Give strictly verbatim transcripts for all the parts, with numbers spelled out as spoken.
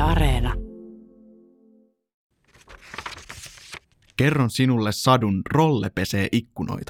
Areena. Kerron sinulle sadun Rolle pesee ikkunoita.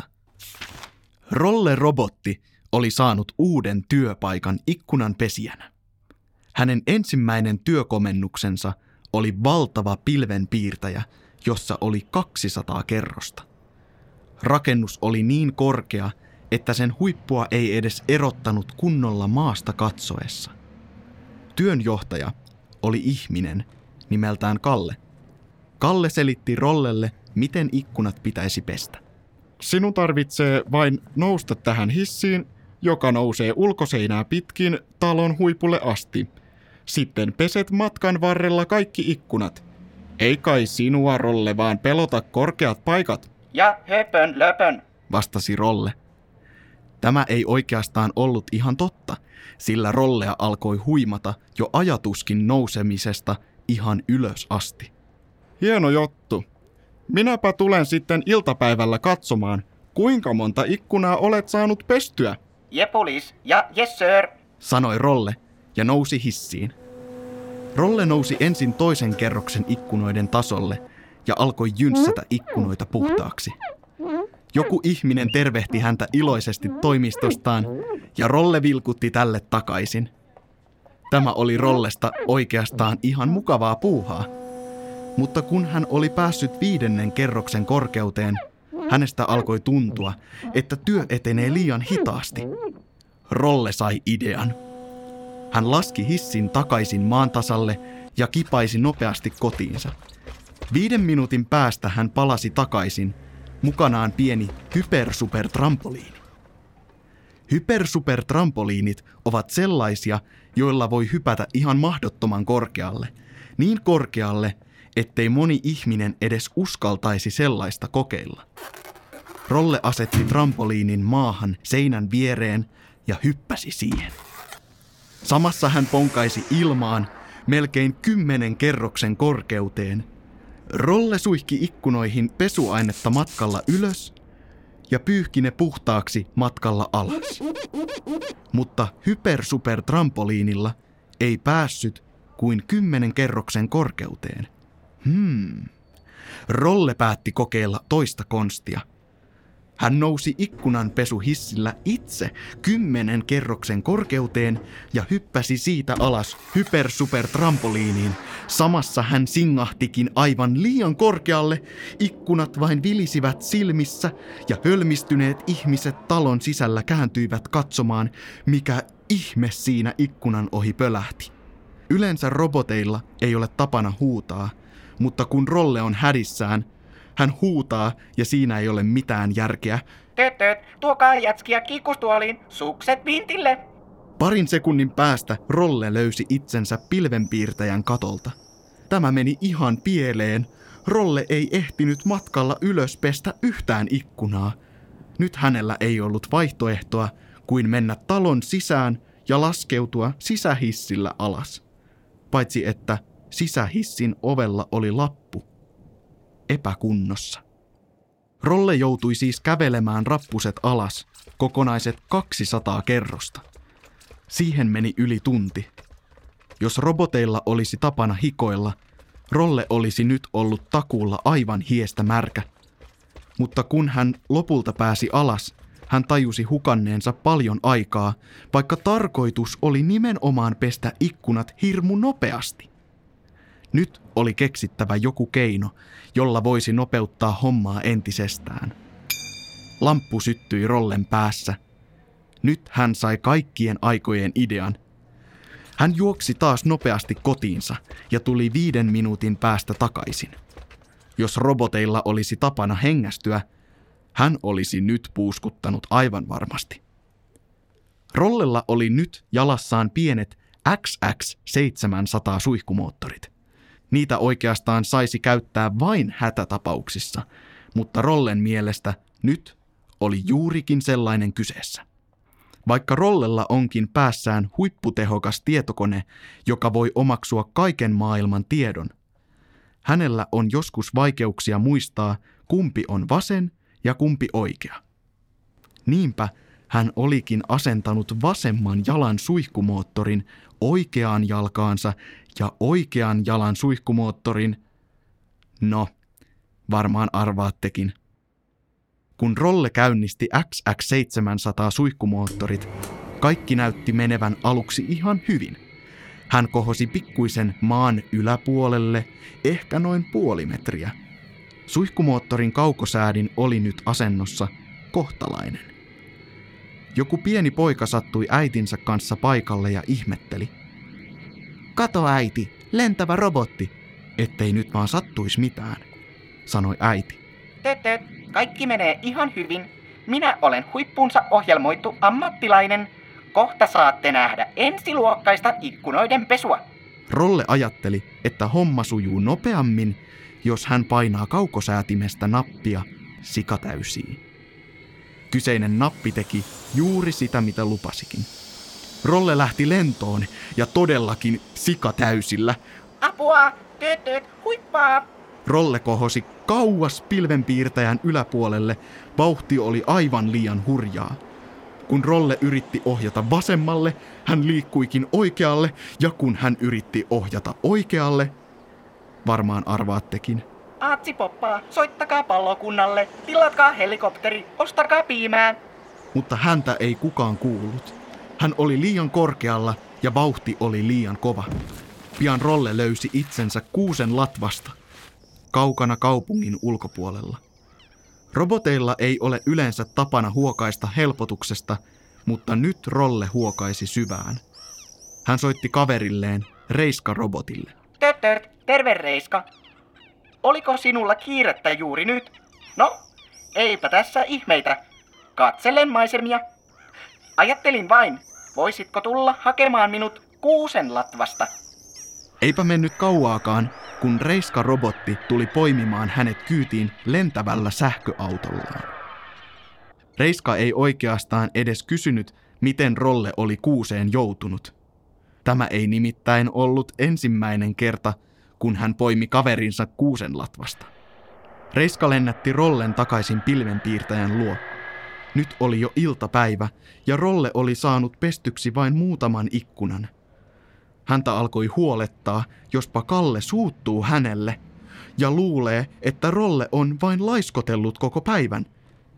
Rolle-robotti oli saanut uuden työpaikan ikkunan pesijänä. Hänen ensimmäinen työkomennuksensa oli valtava pilvenpiirtäjä, jossa oli kaksisataa kerrosta. Rakennus oli niin korkea, että sen huippua ei edes erottanut kunnolla maasta katsoessa. Työnjohtaja oli ihminen nimeltään Kalle. Kalle selitti Rollelle, miten ikkunat pitäisi pestä. Sinun tarvitsee vain nousta tähän hissiin, joka nousee ulkoseinää pitkin talon huipulle asti. Sitten peset matkan varrella kaikki ikkunat. Ei kai sinua, Rolle, vaan pelota korkeat paikat. Ja höpön löpön, vastasi Rolle. Tämä ei oikeastaan ollut ihan totta, sillä Rollea alkoi huimata jo ajatuskin nousemisesta ihan ylös asti. Hieno juttu. Minäpä tulen sitten iltapäivällä katsomaan, kuinka monta ikkunaa olet saanut pestyä. Jepulis ja yes sir, sanoi Rolle ja nousi hissiin. Rolle nousi ensin toisen kerroksen ikkunoiden tasolle ja alkoi jynssätä ikkunoita puhtaaksi. Joku ihminen tervehti häntä iloisesti toimistostaan ja Rolle vilkutti tälle takaisin. Tämä oli Rollesta oikeastaan ihan mukavaa puuhaa. Mutta kun hän oli päässyt viidennen kerroksen korkeuteen, hänestä alkoi tuntua, että työ etenee liian hitaasti. Rolle sai idean. Hän laski hissin takaisin maan tasalle ja kipaisi nopeasti kotiinsa. Viiden minuutin päästä hän palasi takaisin, mukanaan pieni hypersupertrampoliini. Hypersupertrampoliinit ovat sellaisia, joilla voi hypätä ihan mahdottoman korkealle. Niin korkealle, ettei moni ihminen edes uskaltaisi sellaista kokeilla. Rolle asetti trampoliinin maahan seinän viereen ja hyppäsi siihen. Samassa hän ponkaisi ilmaan melkein kymmenen kerroksen korkeuteen. Rolle suihki ikkunoihin pesuainetta matkalla ylös ja pyyhki ne puhtaaksi matkalla alas. Mutta hypersupertrampoliinilla ei päässyt kuin kymmenen kerroksen korkeuteen. Hmm. Rolle päätti kokeilla toista konstia. Hän nousi ikkunanpesuhissillä itse kymmenen kerroksen korkeuteen ja hyppäsi siitä alas hypersupertrampoliiniin. Samassa hän singahtikin aivan liian korkealle, ikkunat vain vilisivät silmissä ja hölmistyneet ihmiset talon sisällä kääntyivät katsomaan, mikä ihme siinä ikkunan ohi pölähti. Yleensä roboteilla ei ole tapana huutaa, mutta kun Rolle on hädissään, hän huutaa ja siinä ei ole mitään järkeä. Tötöt, tuokaa jätskiä kiikustuoliin, sukset vintille. Parin sekunnin päästä Rolle löysi itsensä pilvenpiirtäjän katolta. Tämä meni ihan pieleen. Rolle ei ehtinyt matkalla ylös pestä yhtään ikkunaa. Nyt hänellä ei ollut vaihtoehtoa kuin mennä talon sisään ja laskeutua sisähissillä alas. Paitsi että sisähissin ovella oli lappu. Epäkunnossa. Rolle joutui siis kävelemään rappuset alas, kokonaiset kaksisataa kerrosta. Siihen meni yli tunti. Jos roboteilla olisi tapana hikoilla, Rolle olisi nyt ollut takuulla aivan hiestä märkä. Mutta kun hän lopulta pääsi alas, hän tajusi hukanneensa paljon aikaa, vaikka tarkoitus oli nimenomaan pestä ikkunat hirmu nopeasti. Nyt oli keksittävä joku keino, jolla voisi nopeuttaa hommaa entisestään. Lamppu syttyi Rollen päässä. Nyt hän sai kaikkien aikojen idean. Hän juoksi taas nopeasti kotiinsa ja tuli viiden minuutin päästä takaisin. Jos roboteilla olisi tapana hengästyä, hän olisi nyt puuskuttanut aivan varmasti. Rollella oli nyt jalassaan pienet X X seitsemänsataa suihkumoottorit. Niitä oikeastaan saisi käyttää vain hätätapauksissa, mutta Rollen mielestä nyt oli juurikin sellainen kyseessä. Vaikka Rollella onkin päässään huipputehokas tietokone, joka voi omaksua kaiken maailman tiedon, hänellä on joskus vaikeuksia muistaa, kumpi on vasen ja kumpi oikea. Niinpä hän olikin asentanut vasemman jalan suihkumoottorin oikeaan jalkaansa ja oikean jalan suihkumoottorin. No, varmaan arvaattekin. Kun Rolle käynnisti X X seitsemänsataa suihkumoottorit, kaikki näytti menevän aluksi ihan hyvin. Hän kohosi pikkuisen maan yläpuolelle, ehkä noin puoli metriä. Suihkumoottorin kaukosäädin oli nyt asennossa kohtalainen. Joku pieni poika sattui äitinsä kanssa paikalle ja ihmetteli. Kato äiti, lentävä robotti, ettei nyt vaan sattuisi mitään, sanoi äiti. Tötöt, kaikki menee ihan hyvin. Minä olen huippuunsa ohjelmoitu ammattilainen. Kohta saatte nähdä ensiluokkaista ikkunoiden pesua. Rolle ajatteli, että homma sujuu nopeammin, jos hän painaa kaukosäätimestä nappia sikatäysiin. Kyseinen nappi teki juuri sitä, mitä lupasikin. Rolle lähti lentoon ja todellakin sikatäysillä. Apua, tötöt, huippaa! Rolle kohosi kauas pilvenpiirtäjän yläpuolelle. Vauhti oli aivan liian hurjaa. Kun Rolle yritti ohjata vasemmalle, hän liikkuikin oikealle, ja kun hän yritti ohjata oikealle, varmaan arvaattekin. Aatsi poppaa, soittakaa pallokunnalle, tilatkaa helikopteri, ostakaa piimää. Mutta häntä ei kukaan kuullut. Hän oli liian korkealla ja vauhti oli liian kova. Pian Rolle löysi itsensä kuusen latvasta, kaukana kaupungin ulkopuolella. Roboteilla ei ole yleensä tapana huokaista helpotuksesta, mutta nyt Rolle huokaisi syvään. Hän soitti kaverilleen Reiska-robotille. Tötöt, terve Reiska. Oliko sinulla kiirettä juuri nyt? No, eipä tässä ihmeitä. Katselen maisemia. Ajattelin vain, voisitko tulla hakemaan minut kuusen latvasta? Eipä mennyt kauaakaan, kun Reiska-robotti tuli poimimaan hänet kyytiin lentävällä sähköautollaan. Reiska ei oikeastaan edes kysynyt, miten Rolle oli kuuseen joutunut. Tämä ei nimittäin ollut ensimmäinen kerta, kun hän poimi kaverinsa kuusen latvasta. Reiska lennätti Rollen takaisin pilvenpiirtäjän luo. Nyt oli jo iltapäivä ja Rolle oli saanut pestyksi vain muutaman ikkunan. Häntä alkoi huolettaa, jospa Kalle suuttuu hänelle ja luulee, että Rolle on vain laiskotellut koko päivän.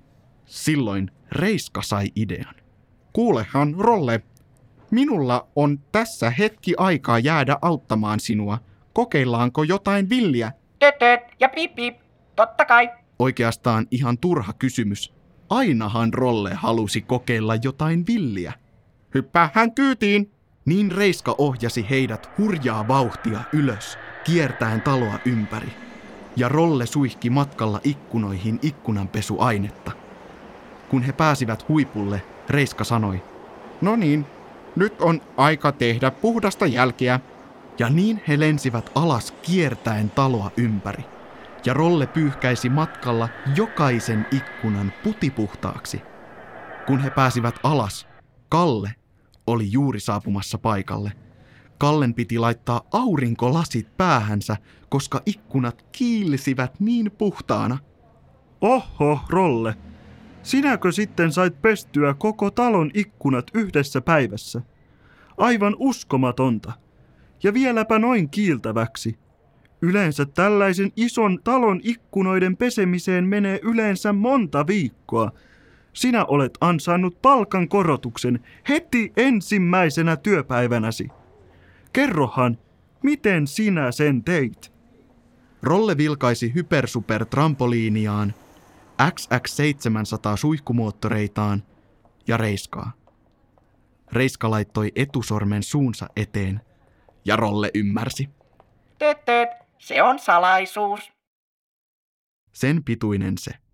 Silloin Reiska sai idean. Kuulehan, Rolle, minulla on tässä hetki aikaa jäädä auttamaan sinua. Kokeillaanko jotain villiä? Tötöt ja pip pip, totta kai. Oikeastaan ihan turha kysymys. Ainahan Rolle halusi kokeilla jotain villiä. Hyppäähän kyytiin. Niin Reiska ohjasi heidät hurjaa vauhtia ylös, kiertäen taloa ympäri. Ja Rolle suihki matkalla ikkunoihin ikkunanpesuainetta. Kun he pääsivät huipulle, Reiska sanoi, No niin, nyt on aika tehdä puhdasta jälkeä. Ja niin he lensivät alas kiertäen taloa ympäri. Ja Rolle pyyhkäisi matkalla jokaisen ikkunan putipuhtaaksi. Kun he pääsivät alas, Kalle oli juuri saapumassa paikalle. Kallen piti laittaa aurinkolasit päähänsä, koska ikkunat kiilsivät niin puhtaana. Oho, Rolle. Sinäkö sitten sait pestyä koko talon ikkunat yhdessä päivässä? Aivan uskomatonta. Ja vieläpä noin kiiltäväksi. Yleensä tällaisen ison talon ikkunoiden pesemiseen menee yleensä monta viikkoa. Sinä olet ansainnut palkankorotuksen heti ensimmäisenä työpäivänäsi. Kerrohan, miten sinä sen teit? Rolle vilkaisi hypersuper-trampoliiniaan, X X seitsemänsataa suihkumoottoreitaan ja Reiskaa. Reiska laittoi etusormen suunsa eteen ja Rolle ymmärsi. Tötöt, se on salaisuus. Sen pituinen se.